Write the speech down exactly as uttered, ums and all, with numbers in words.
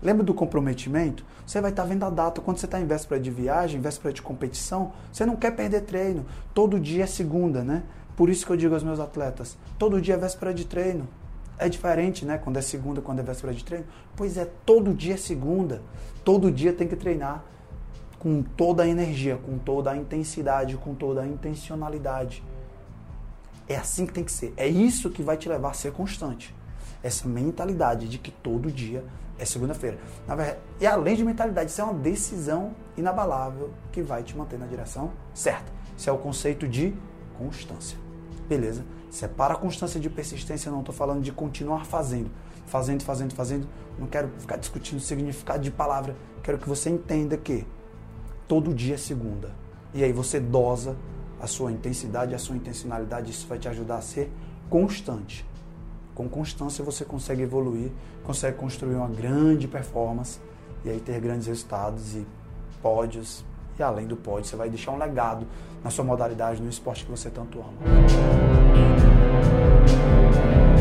Lembra do comprometimento? Você vai estar vendo a data. Quando você está em véspera de viagem, véspera de competição, você não quer perder treino. Todo dia é segunda, né? Por isso que eu digo aos meus atletas, todo dia é véspera de treino. É diferente, né? Quando é segunda, quando é véspera de treino. Pois é, todo dia é segunda. Todo dia tem que treinar com toda a energia, com toda a intensidade, com toda a intencionalidade. É assim que tem que ser. É isso que vai te levar a ser constante. Essa mentalidade de que todo dia é segunda-feira. Na verdade, e além de mentalidade, isso é uma decisão inabalável que vai te manter na direção certa. Isso é o conceito de constância. Beleza? Separa a constância de persistência, eu não estou falando de continuar fazendo. Fazendo, fazendo, fazendo. Não quero ficar discutindo o significado de palavra. Quero que você entenda que todo dia é segunda. E aí você dosa a sua intensidade, a sua intencionalidade. Isso vai te ajudar a ser constante. Com constância você consegue evoluir, consegue construir uma grande performance e aí ter grandes resultados e pódios. E além do pódio, você vai deixar um legado na sua modalidade, no esporte que você tanto ama.